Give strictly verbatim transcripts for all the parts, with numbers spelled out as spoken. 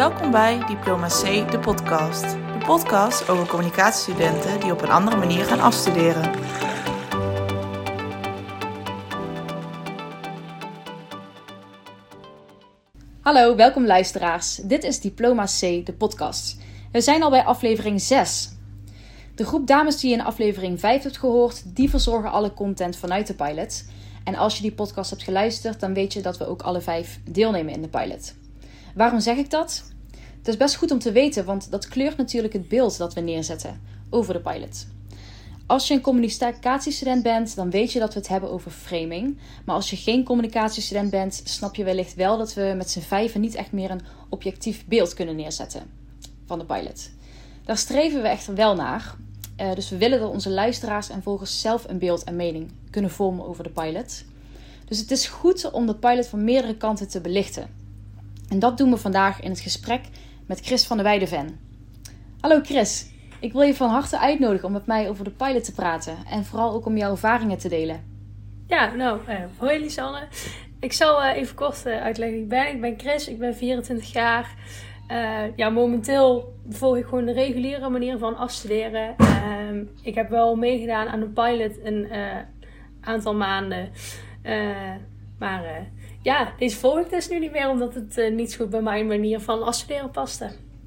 Welkom bij Diploma C, de podcast. De podcast over communicatiestudenten die op een andere manier gaan afstuderen. Hallo, welkom luisteraars. Dit is Diploma C, de podcast. We zijn al bij aflevering zes. De groep dames die je in aflevering vijf hebt gehoord, die verzorgen alle content vanuit de pilot. En als je die podcast hebt geluisterd, dan weet je dat we ook alle vijf deelnemen in de pilot. Waarom zeg ik dat? Het is best goed om te weten, want dat kleurt natuurlijk het beeld dat we neerzetten over de pilot. Als je een communicatiestudent bent, dan weet je dat we het hebben over framing. Maar als je geen communicatiestudent bent, snap je wellicht wel dat we met z'n vijven niet echt meer een objectief beeld kunnen neerzetten van de pilot. Daar streven we echter wel naar. Uh, dus we willen dat onze luisteraars en volgers zelf een beeld en mening kunnen vormen over de pilot. Dus het is goed om de pilot van meerdere kanten te belichten. En dat doen we vandaag in het gesprek met Chris van der Weijden-Ven. Hallo Chris, ik wil je van harte uitnodigen om met mij over de pilot te praten. En vooral ook om jouw ervaringen te delen. Ja, nou, uh, hoi Lisanne. Ik zal uh, even kort uh, uitleggen wie ik ben. Ik ben Chris, ik ben vierentwintig jaar. Uh, ja, momenteel volg ik gewoon de reguliere manier van afstuderen. Uh, ik heb wel meegedaan aan de pilot een uh, aantal maanden. Uh, maar uh, ja, deze volg ik dus nu niet meer, omdat het uh, niet zo goed bij mijn manier van afstuderen paste.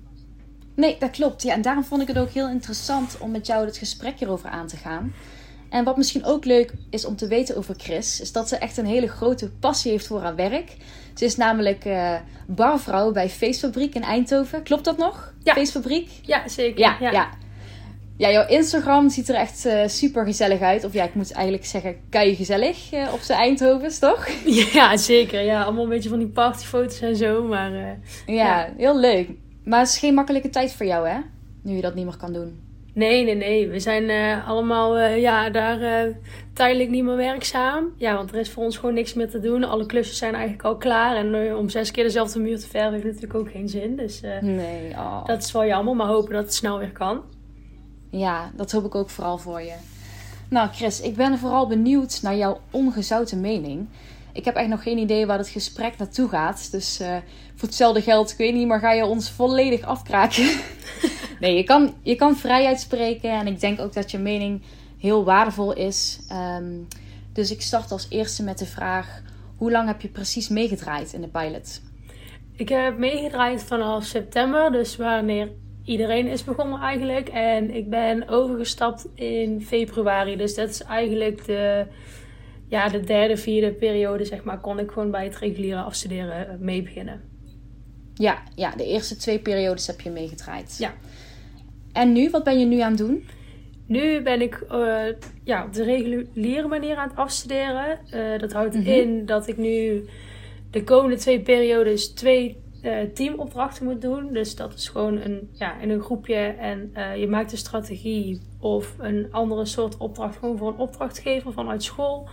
Nee, dat klopt. Ja, en daarom vond ik het ook heel interessant om met jou het gesprek hierover aan te gaan. En wat misschien ook leuk is om te weten over Chris, is dat ze echt een hele grote passie heeft voor haar werk. Ze is namelijk uh, barvrouw bij Feestfabriek in Eindhoven. Klopt dat nog? Ja. Feestfabriek? Ja, zeker. Ja, ja. ja. ja jouw Instagram ziet er echt uh, super gezellig uit. Of ja, ik moet eigenlijk zeggen, kei gezellig uh, op zijn Eindhovens, toch? Ja, zeker. Ja, allemaal een beetje van die partyfoto's en zo. Maar, uh, ja, ja, heel leuk. Maar het is geen makkelijke tijd voor jou, hè? Nu je dat niet meer kan doen. Nee, nee, nee. We zijn uh, allemaal uh, ja, daar uh, tijdelijk niet meer werkzaam. Ja, want er is voor ons gewoon niks meer te doen. Alle klussen zijn eigenlijk al klaar. En uh, om zes keer dezelfde muur te verven heeft natuurlijk ook geen zin. Dus uh, nee, oh. dat is wel jammer. Maar hopen dat het snel weer kan. Ja, dat hoop ik ook vooral voor je. Nou Chris, ik ben vooral benieuwd naar jouw ongezouten mening. Ik heb echt nog geen idee waar het gesprek naartoe gaat. Dus uh, voor hetzelfde geld, ik weet niet, maar ga je ons volledig afkraken? Nee, je kan, je kan vrij uitspreken. En ik denk ook dat je mening heel waardevol is. Um, dus ik start als eerste met de vraag: hoe lang heb je precies meegedraaid in de pilot? Ik heb meegedraaid vanaf september. Dus wanneer iedereen is begonnen eigenlijk. En ik ben overgestapt in februari. Dus dat is eigenlijk de... Ja, de derde, vierde periode, zeg maar, kon ik gewoon bij het reguliere afstuderen mee beginnen. Ja, ja, de eerste twee periodes heb je meegedraaid. Ja. En nu, wat ben je nu aan het doen? Nu ben ik uh, ja, op de reguliere manier aan het afstuderen. Uh, dat houdt mm-hmm. in dat ik nu de komende twee periodes twee uh, teamopdrachten moet doen. Dus dat is gewoon een, ja, in een groepje en uh, je maakt een strategie of een andere soort opdracht gewoon voor een opdrachtgever vanuit school.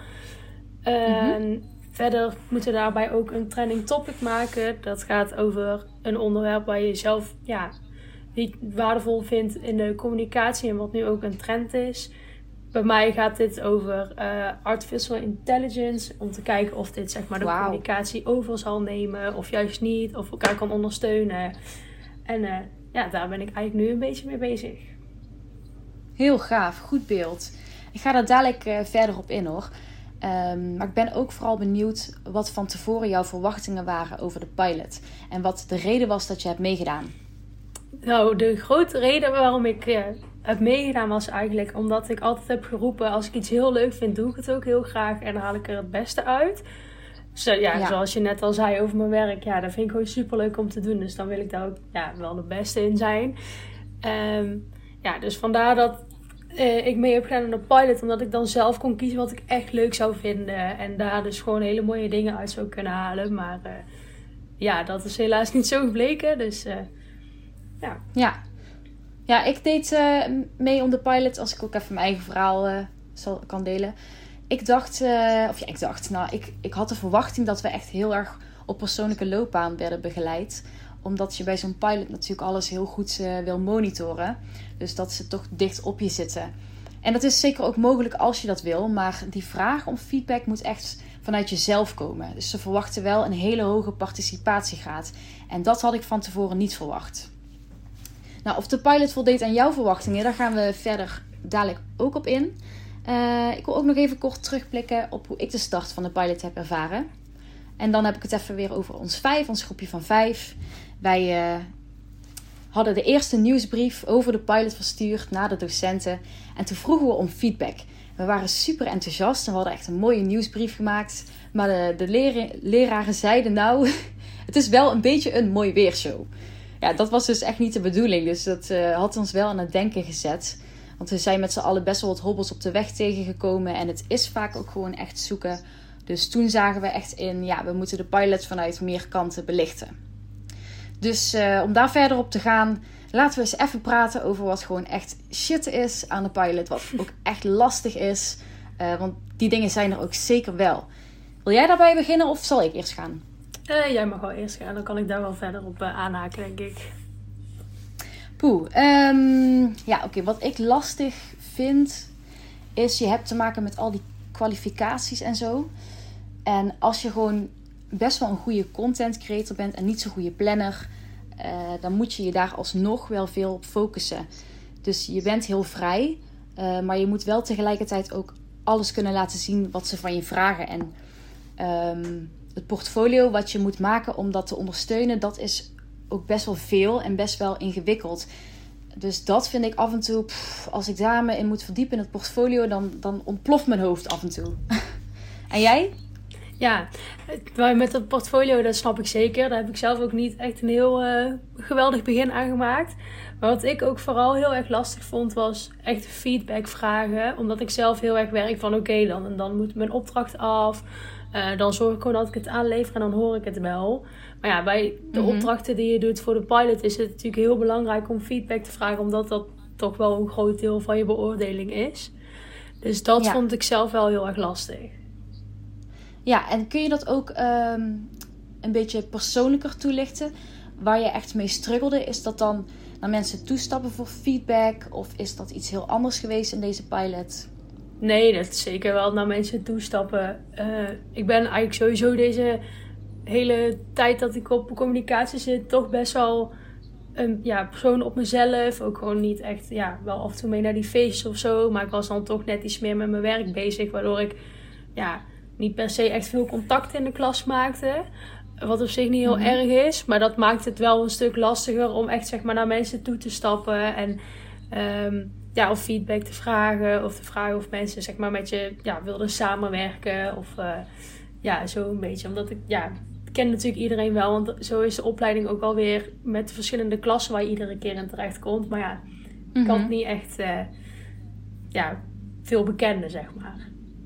En mm-hmm. verder moeten we daarbij ook een trending topic maken. Dat gaat over een onderwerp waar je zelf ja, niet waardevol vindt in de communicatie en wat nu ook een trend is. Bij mij gaat dit over uh, artificial intelligence. Om te kijken of dit zeg maar de wow. communicatie over zal nemen. Of juist niet. Of elkaar kan ondersteunen. En uh, ja, daar ben ik eigenlijk nu een beetje mee bezig. Heel gaaf. Goed beeld. Ik ga daar dadelijk uh, verder op in hoor. Um, maar ik ben ook vooral benieuwd wat van tevoren jouw verwachtingen waren over de pilot. En wat de reden was dat je hebt meegedaan. Nou, de grote reden waarom ik uh, heb meegedaan was eigenlijk omdat ik altijd heb geroepen: als ik iets heel leuk vind, doe ik het ook heel graag en dan haal ik er het beste uit. Dus uh, ja, ja, zoals je net al zei over mijn werk, ja, dat vind ik gewoon super leuk om te doen. Dus dan wil ik daar ook ja, wel de beste in zijn. Um, ja, dus vandaar dat uh, ik mee heb gedaan aan de pilot, omdat ik dan zelf kon kiezen wat ik echt leuk zou vinden. En daar dus gewoon hele mooie dingen uit zou kunnen halen. Maar uh, ja, dat is helaas niet zo gebleken. Dus uh, ja. Ja. Ja, ik deed uh, mee om de pilot, als ik ook even mijn eigen verhaal uh, zal, kan delen. Ik dacht, uh, of ja, ik dacht, nou, ik, ik had de verwachting dat we echt heel erg op persoonlijke loopbaan werden begeleid. Omdat je bij zo'n pilot natuurlijk alles heel goed uh, wil monitoren. Dus dat ze toch dicht op je zitten. En dat is zeker ook mogelijk als je dat wil. Maar die vraag om feedback moet echt vanuit jezelf komen. Dus ze verwachten wel een hele hoge participatiegraad. En dat had ik van tevoren niet verwacht. Nou, of de pilot voldeed aan jouw verwachtingen, daar gaan we verder dadelijk ook op in. Uh, ik wil ook nog even kort terugblikken op hoe ik de start van de pilot heb ervaren. En dan heb ik het even weer over ons vijf, ons groepje van vijf. Wij uh, hadden de eerste nieuwsbrief over de pilot verstuurd naar de docenten. En toen vroegen we om feedback. We waren super enthousiast en we hadden echt een mooie nieuwsbrief gemaakt. Maar de, de leren, leraren zeiden nou, het is wel een beetje een mooi weershow. Ja, dat was dus echt niet de bedoeling. Dus dat uh, had ons wel aan het denken gezet. Want we zijn met z'n allen best wel wat hobbels op de weg tegengekomen. En het is vaak ook gewoon echt zoeken. Dus toen zagen we echt in, ja, we moeten de pilot vanuit meer kanten belichten. Dus uh, om daar verder op te gaan, laten we eens even praten over wat gewoon echt shit is aan de pilot. Wat ook echt lastig is. Uh, want die dingen zijn er ook zeker wel. Wil jij daarbij beginnen of zal ik eerst gaan? Uh, jij mag wel eerst gaan, dan kan ik daar wel verder op uh, aanhaken, denk ik. Poeh, um, ja oké, okay. Wat ik lastig vind is, je hebt te maken met al die kwalificaties en zo. En als je gewoon best wel een goede content creator bent en niet zo'n goede planner, uh, dan moet je je daar alsnog wel veel op focussen. Dus je bent heel vrij, uh, maar je moet wel tegelijkertijd ook alles kunnen laten zien wat ze van je vragen. En um, het portfolio wat je moet maken om dat te ondersteunen, dat is ook best wel veel en best wel ingewikkeld. Dus dat vind ik af en toe, pff, als ik daar me in moet verdiepen in het portfolio, dan, dan ontploft mijn hoofd af en toe. En jij? Ja, met het portfolio, dat snap ik zeker. Daar heb ik zelf ook niet echt een heel uh, geweldig begin aan gemaakt. Maar wat ik ook vooral heel erg lastig vond, was echt feedback vragen. Omdat ik zelf heel erg werk van oké, okay, dan, dan moet mijn opdracht af. Uh, dan zorg ik gewoon dat ik het aanlever en dan hoor ik het wel. Maar ja, bij de mm-hmm. opdrachten die je doet voor de pilot is het natuurlijk heel belangrijk om feedback te vragen. Omdat dat toch wel een groot deel van je beoordeling is. Dus dat ja. vond ik zelf wel heel erg lastig. Ja, en kun je dat ook um, een beetje persoonlijker toelichten? Waar je echt mee struggelde? Is dat dan naar mensen toestappen voor feedback? Of is dat iets heel anders geweest in deze pilot? Nee, dat is zeker wel naar mensen toestappen. Uh, ik ben eigenlijk sowieso deze hele tijd dat ik op communicatie zit toch best wel een ja, persoon op mezelf. Ook gewoon niet echt, ja, wel af en toe mee naar die feestjes of zo. Maar ik was dan toch net iets meer met mijn werk bezig. Waardoor ik ja, niet per se echt veel contact in de klas maakte. Wat op zich niet heel mm-hmm. erg is. Maar dat maakt het wel een stuk lastiger om echt zeg maar naar mensen toe te stappen. En um, ja, of feedback te vragen. Of te vragen of mensen zeg maar met je ja, wilden samenwerken. Of uh, ja, zo een beetje. Omdat ik, ja, ik ken natuurlijk iedereen wel. Want zo is de opleiding ook alweer met de verschillende klassen waar je iedere keer in terecht komt. Maar ja, mm-hmm. ik had niet echt uh, ja, veel bekenden, zeg maar.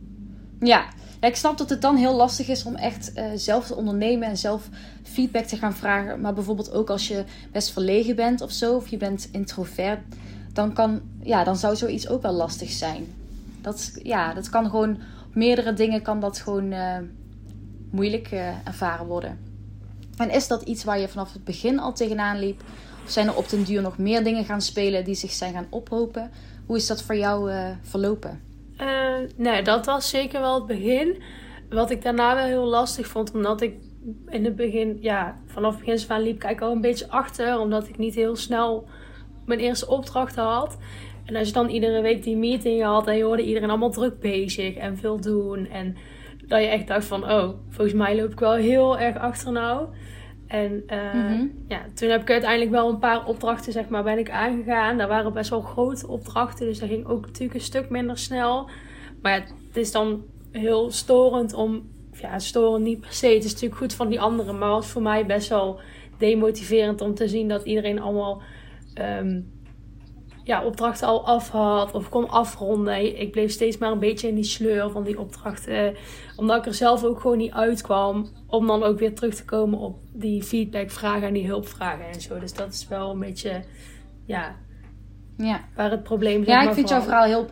Ja. Ja, ik snap dat het dan heel lastig is om echt uh, zelf te ondernemen en zelf feedback te gaan vragen. Maar bijvoorbeeld ook als je best verlegen bent of zo, of je bent introvert, dan, kan, ja, dan zou zoiets ook wel lastig zijn. Dat, ja, dat kan gewoon, op meerdere dingen kan dat gewoon uh, moeilijk uh, ervaren worden. En is dat iets waar je vanaf het begin al tegenaan liep? Of zijn er op den duur nog meer dingen gaan spelen die zich zijn gaan ophopen? Hoe is dat voor jou uh, verlopen? Uh, nee, dat was zeker wel het begin. Wat ik daarna wel heel lastig vond, omdat ik in het begin, ja, vanaf het begin af aan liep ik al een beetje achter, omdat ik niet heel snel mijn eerste opdrachten had. En als je dan iedere week die meeting had en je hoorde iedereen allemaal druk bezig en veel doen. En dat je echt dacht van, oh, volgens mij loop ik wel heel erg achter nou. En uh, mm-hmm. ja, toen heb ik uiteindelijk wel een paar opdrachten, zeg maar, ben ik aangegaan. Daar waren best wel grote opdrachten, dus dat ging ook natuurlijk een stuk minder snel. Maar ja, het is dan heel storend om, ja, storend niet per se. Het is natuurlijk goed van die anderen, maar was voor mij best wel demotiverend om te zien dat iedereen allemaal um, ja, opdrachten al af had of kon afronden. Ik bleef steeds maar een beetje in die sleur van die opdrachten, omdat ik er zelf ook gewoon niet uitkwam om dan ook weer terug te komen op die feedbackvragen en die hulpvragen en zo. Dus dat is wel een beetje, ja, ja. waar het probleem zit. Ja, ik vind jouw verhaal heel...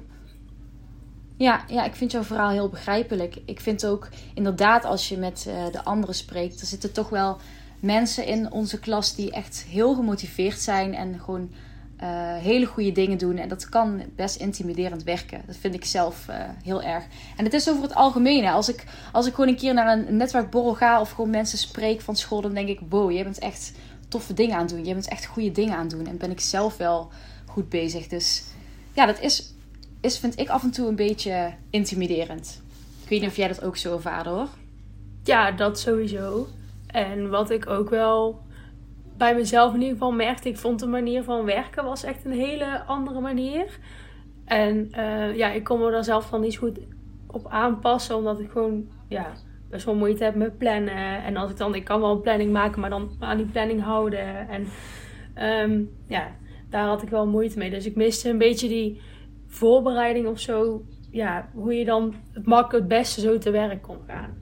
Ja, ja, ik vind jouw verhaal heel begrijpelijk. Ik vind ook inderdaad, als je met uh, de anderen spreekt, er zitten toch wel mensen in onze klas die echt heel gemotiveerd zijn en gewoon uh, hele goede dingen doen. En dat kan best intimiderend werken. Dat vind ik zelf uh, heel erg. En het is over het algemeen. Hè. Als ik, als ik gewoon een keer naar een netwerkborrel ga of gewoon mensen spreek van school, dan denk ik, wow, jij bent echt toffe dingen aan het doen. Jij bent echt goede dingen aan het doen. En ben ik zelf wel goed bezig. Dus ja, dat is, is vind ik af en toe een beetje intimiderend. Ik weet niet of jij dat ook zo ervaarde, hoor. Ja, dat sowieso. En wat ik ook wel bij mezelf in ieder geval merkte, ik vond de manier van werken was echt een hele andere manier. En uh, ja, ik kon me daar zelf dan niet zo goed op aanpassen, omdat ik gewoon ja, best wel moeite heb met plannen. En als ik dan, ik kan wel een planning maken, maar dan aan die planning houden. En um, ja, daar had ik wel moeite mee. Dus ik miste een beetje die voorbereiding of zo. Ja, hoe je dan het makkelijk het beste zo te werk kon gaan.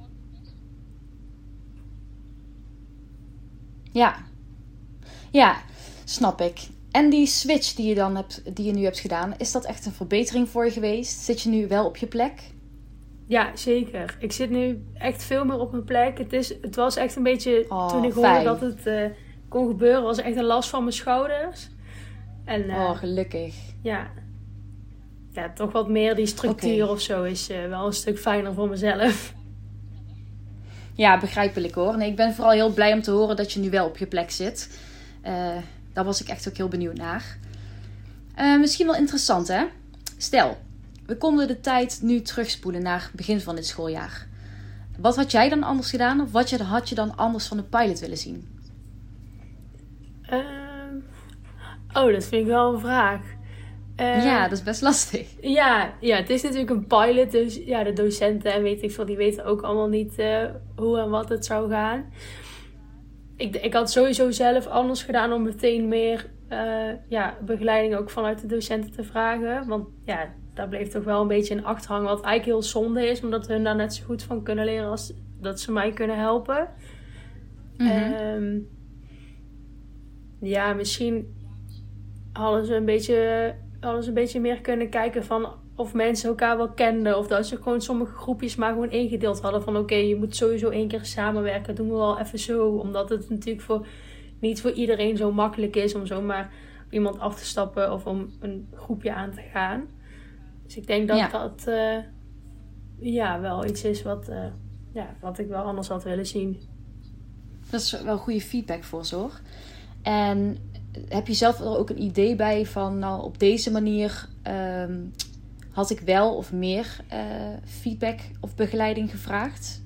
Ja, ja, snap ik. En die switch die je dan hebt, die je nu hebt gedaan, is dat echt een verbetering voor je geweest? Zit je nu wel op je plek? Ja, zeker. Ik zit nu echt veel meer op mijn plek. Het, is, het was echt een beetje, oh, toen ik hoorde fijn. dat het uh, kon gebeuren, was echt een last van mijn schouders. En, uh, oh, gelukkig. Ja. Ja, toch wat meer die structuur okay. of zo is uh, wel een stuk fijner voor mezelf. Ja, begrijpelijk hoor. Nee, ik ben vooral heel blij om te horen dat je nu wel op je plek zit. Uh, daar was ik echt ook heel benieuwd naar. Uh, misschien wel interessant, hè? Stel, we konden de tijd nu terugspoelen naar het begin van dit schooljaar. Wat had jij dan anders gedaan? Of wat had je dan anders van de pilot willen zien? Uh, oh, dat vind ik wel een vraag. Uh, ja, dat is best lastig. Ja, ja, het is natuurlijk een pilot. Dus ja, de docenten en weet ik veel, die weten ook allemaal niet uh, hoe en wat het zou gaan. Ik, ik had sowieso zelf anders gedaan om meteen meer uh, ja, begeleiding ook vanuit de docenten te vragen. Want ja, daar bleef toch wel een beetje in achterhangen. Wat eigenlijk heel zonde is, omdat hun daar net zo goed van kunnen leren als dat ze mij kunnen helpen. Mm-hmm. Um, ja, misschien hadden ze een beetje... hadden ze een beetje meer kunnen kijken van of mensen elkaar wel kenden. Of dat ze gewoon sommige groepjes maar gewoon ingedeeld hadden. Van oké, okay, je moet sowieso één keer samenwerken. Dat doen we wel even zo. Omdat het natuurlijk voor, niet voor iedereen zo makkelijk is om zomaar iemand af te stappen. Of om een groepje aan te gaan. Dus ik denk dat ja. dat uh, ja, wel iets is wat, uh, ja, wat ik wel anders had willen zien. Dat is wel goede feedback voor zorg. En heb je zelf er ook een idee bij van, nou, op deze manier um, had ik wel of meer uh, feedback of begeleiding gevraagd?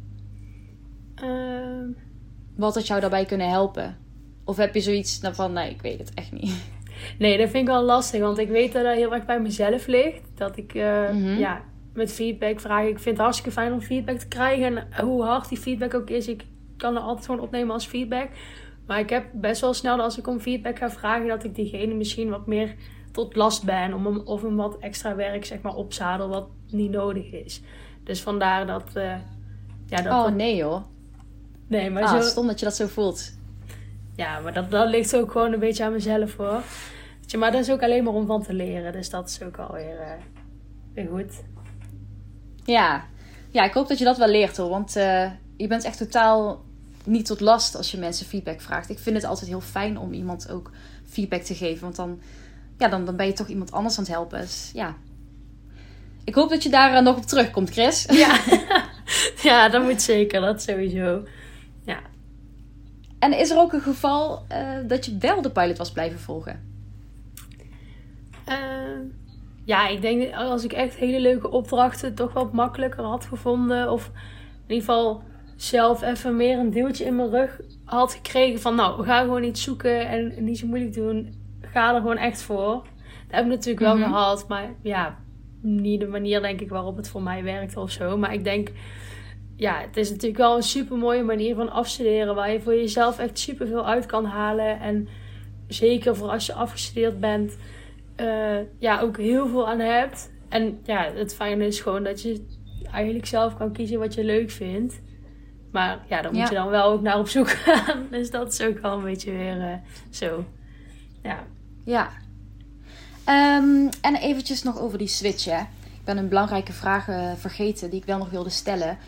Uh... Wat had jou daarbij kunnen helpen? Of heb je zoiets van, nee, ik weet het echt niet. Nee, dat vind ik wel lastig, want ik weet dat dat heel erg bij mezelf ligt. Dat ik, uh, mm-hmm. ja, met feedback vraag. Ik vind het hartstikke fijn om feedback te krijgen. En hoe hard die feedback ook is, ik kan er altijd gewoon opnemen als feedback. Maar ik heb best wel snel dat als ik om feedback ga vragen, dat ik diegene misschien wat meer tot last ben. Om hem, of een wat extra werk, zeg maar, opzadel wat niet nodig is. Dus vandaar dat... Uh, ja, dat oh, dat... nee joh. Nee, maar ah, zo... stom dat je dat zo voelt. Ja, maar dat, dat ligt ook gewoon een beetje aan mezelf, hoor. Weet je, maar dat is ook alleen maar om van te leren. Dus dat is ook alweer uh, weer goed. Ja. ja, ik hoop dat je dat wel leert, hoor. Want uh, je bent echt totaal... niet tot last als je mensen feedback vraagt. Ik vind het altijd heel fijn om iemand ook feedback te geven. Want dan, ja, dan, dan ben je toch iemand anders aan het helpen. Dus ja. Ik hoop dat je daar uh, nog op terugkomt, Chris. Ja. ja, dat moet zeker. Dat sowieso. Ja. En is er ook een geval uh, dat je wel de pilot was blijven volgen? Uh, ja, ik denk dat als ik echt hele leuke opdrachten toch wat makkelijker had gevonden. Of in ieder geval... zelf even meer een duwtje in mijn rug had gekregen van, nou, we gaan gewoon iets zoeken en niet zo moeilijk doen. Ga er gewoon echt voor. Dat heb ik natuurlijk wel mm-hmm. gehad, maar ja, niet de manier denk ik waarop het voor mij werkt of zo. Maar ik denk, ja, het is natuurlijk wel een super mooie manier van afstuderen waar je voor jezelf echt super veel uit kan halen. En zeker voor als je afgestudeerd bent, uh, ja, ook heel veel aan hebt. En ja, het fijne is gewoon dat je eigenlijk zelf kan kiezen wat je leuk vindt. Maar ja, daar moet ja. je dan wel ook naar op zoek gaan. Dus dat is ook wel een beetje weer uh, zo. Ja. Ja. Um, en eventjes nog over die switch, hè. Ik ben een belangrijke vraag uh, vergeten die ik wel nog wilde stellen.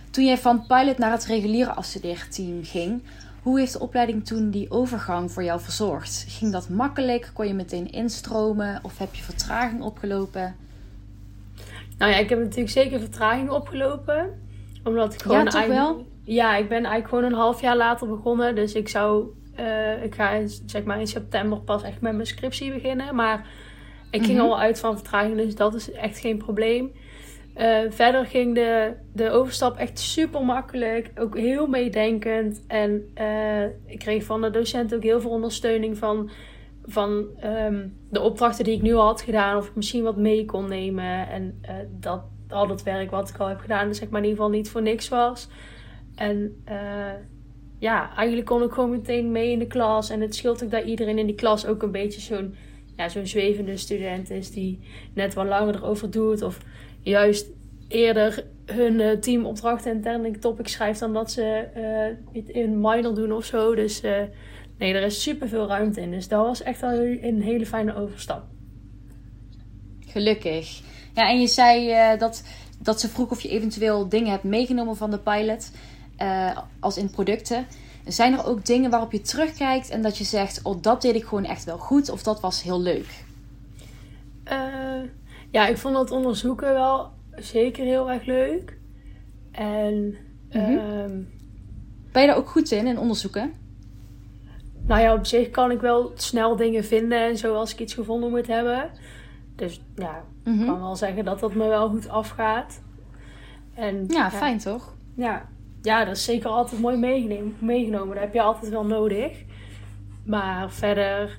Toen jij van pilot naar het reguliere afstudeerteam ging, hoe heeft de opleiding toen die overgang voor jou verzorgd? Ging dat makkelijk? Kon je meteen instromen? Of heb je vertraging opgelopen? Nou ja, ik heb natuurlijk zeker vertraging opgelopen. Omdat ik gewoon... Ja, toch eigenlijk, wel? Ja, ik ben eigenlijk gewoon een half jaar later begonnen. Dus ik zou... Uh, ik ga zeg maar in september pas echt met mijn scriptie beginnen. Maar ik ging mm-hmm. al uit van vertraging, dus dat is echt geen probleem. Uh, verder ging de, de overstap echt super makkelijk. Ook heel meedenkend. En uh, ik kreeg van de docent ook heel veel ondersteuning van, van um, de opdrachten die ik nu al had gedaan. Of ik misschien wat mee kon nemen. En uh, dat al dat werk wat ik al heb gedaan, zeg maar in ieder geval niet voor niks was. En uh, ja, eigenlijk kon ik gewoon meteen mee in de klas. En het scheelt ook dat iedereen in die klas ook een beetje zo'n, ja, zo'n zwevende student is. Die net wat langer erover doet. Of juist eerder hun uh, teamopdrachten en technical topics schrijft dan dat ze uh, in minor doen of zo. Dus uh, nee, er is super veel ruimte in. Dus dat was echt wel een hele fijne overstap. Gelukkig. Ja, en je zei uh, dat, dat ze vroeg of je eventueel dingen hebt meegenomen van de pilot. Uh, als in producten. Zijn er ook dingen waarop je terugkijkt en dat je zegt, oh, dat deed ik gewoon echt wel goed. Of dat was heel leuk? Uh, ja, ik vond dat onderzoeken wel zeker heel erg leuk. En mm-hmm. um, ben je daar ook goed in, in onderzoeken? Nou ja, op zich kan ik wel snel dingen vinden en zo als ik iets gevonden moet hebben. Dus ja, mm-hmm. ik kan wel zeggen dat dat me wel goed afgaat. En, ja, ja, fijn toch? Ja, ja, dat is zeker altijd mooi meegenomen. meegenomen. Dat heb je altijd wel nodig. Maar verder,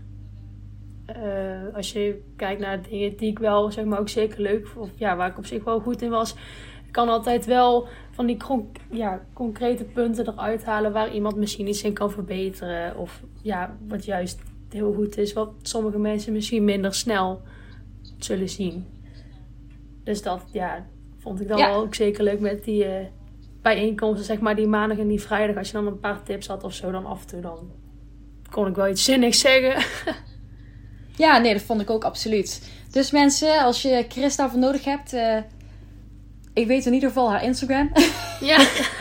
uh, als je kijkt naar dingen die ik wel, zeg maar, ook zeker leuk vond, of ja, waar ik op zich wel goed in was, ik kan altijd wel van die cron- ja, concrete punten eruit halen waar iemand misschien iets in kan verbeteren. Of ja, wat juist heel goed is, wat sommige mensen misschien minder snel zullen zien. Dus dat, ja, vond ik dan ja. wel ook zeker leuk met die uh, bijeenkomsten, zeg maar, die maandag en die vrijdag. Als je dan een paar tips had of zo, dan af en toe dan kon ik wel iets zinnigs zeggen. Ja, nee, dat vond ik ook absoluut. Dus mensen, als je Chris daarvoor nodig hebt, uh, ik weet in ieder geval haar Instagram. Ja.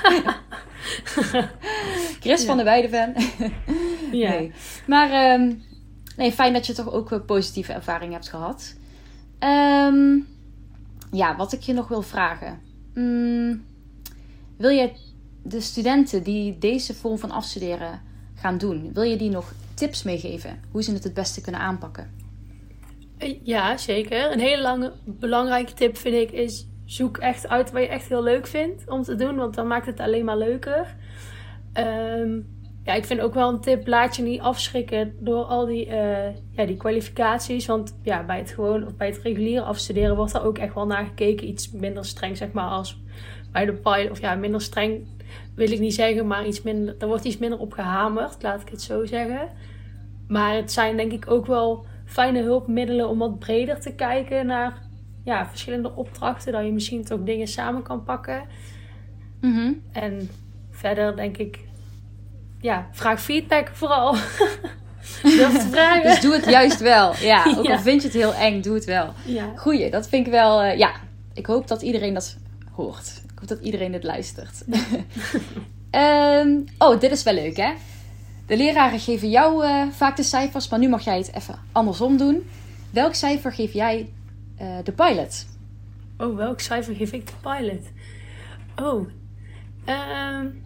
Chris ja. van der Weideven. Ja. Nee. Maar um, nee, fijn dat je toch ook een positieve ervaring hebt gehad. Um, ja, wat ik je nog wil vragen. Um, wil je de studenten die deze vorm van afstuderen gaan doen, wil je die nog tips meegeven? Hoe ze het het beste kunnen aanpakken? Ja, zeker. Een hele lange, belangrijke tip vind ik is, zoek echt uit wat je echt heel leuk vindt om te doen. Want dan maakt het alleen maar leuker. Um, ja, ik vind ook wel een tip, laat je niet afschrikken door al die, uh, ja, die kwalificaties. Want ja, bij het gewoon, of bij het reguliere afstuderen wordt er ook echt wel naar gekeken. Iets minder streng, zeg maar, als bij de pilot. Of ja, minder streng wil ik niet zeggen, maar iets minder, er wordt iets minder op gehamerd, laat ik het zo zeggen. Maar het zijn denk ik ook wel fijne hulpmiddelen om wat breder te kijken naar, ja, verschillende opdrachten. Dat je misschien toch dingen samen kan pakken. Mm-hmm. En verder denk ik, ja, vraag feedback vooral. Durf te vragen. Dus doe het juist wel. Ja, ook ja. al vind je het heel eng, doe het wel. Ja. Goeie, dat vind ik wel, uh, ja. Ik hoop dat iedereen dat hoort. Ik hoop dat iedereen dit luistert. um, oh, dit is wel leuk, hè? De leraren geven jou uh, vaak de cijfers, maar nu mag jij het even andersom doen. Welk cijfer geef jij uh, de pilot? Oh, welk cijfer geef ik de pilot? Oh, um,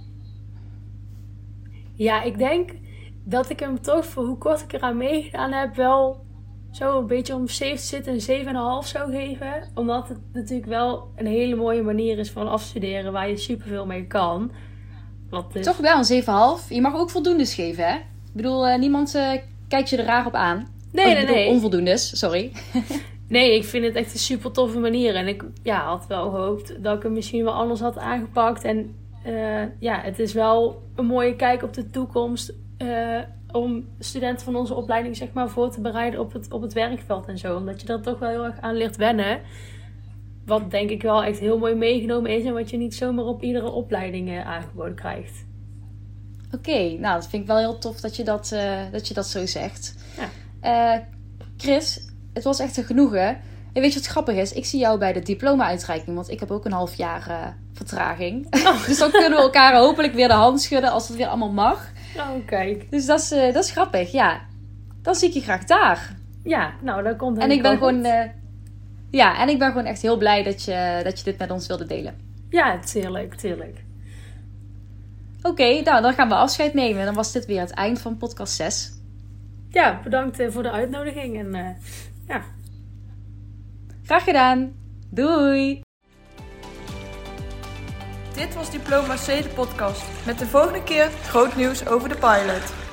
ja, ik denk dat ik hem toch, voor hoe kort ik eraan meegedaan heb, wel zo een beetje om zeven te zitten, een zeven komma vijf zou geven. Omdat het natuurlijk wel een hele mooie manier is van afstuderen waar je superveel mee kan. Wat is... Toch wel een zeven komma vijf. Je mag ook voldoendes geven, hè? Ik bedoel, uh, niemand uh, kijkt je er raar op aan. Nee, oh, nee, nee. Onvoldoendes, sorry. Nee, ik vind het echt een super toffe manier. En ik ja, had wel gehoopt dat ik hem misschien wel anders had aangepakt. En uh, ja, het is wel een mooie kijk op de toekomst. Uh, om studenten van onze opleiding, zeg maar, voor te bereiden op het, op het werkveld en zo. Omdat je er toch wel heel erg aan leert wennen. Wat denk ik wel echt heel mooi meegenomen is. En wat je niet zomaar op iedere opleiding uh, aangeboden krijgt. Oké, okay, nou dat vind ik wel heel tof dat je dat, uh, dat, je dat zo zegt. Ja. Uh, Chris, het was echt een genoegen. En weet je wat grappig is? Ik zie jou bij de diploma-uitreiking, want ik heb ook een half jaar uh, vertraging. Oh. Dus dan kunnen we elkaar hopelijk weer de hand schudden als het weer allemaal mag. Oh, kijk. Dus dat is, uh, dat is grappig, ja. Dan zie ik je graag daar. Ja, nou, dat komt En ik ben gewoon, uh, ja, en ik ben gewoon echt heel blij dat je, dat je dit met ons wilde delen. Ja, tuurlijk, tuurlijk. Oké, okay, nou, dan gaan we afscheid nemen. Dan was dit weer het eind van podcast zes. Ja, bedankt uh, voor de uitnodiging en uh, ja. Graag gedaan. Doei. Dit was Diploma C, de podcast. Met de volgende keer groot nieuws over de pilot.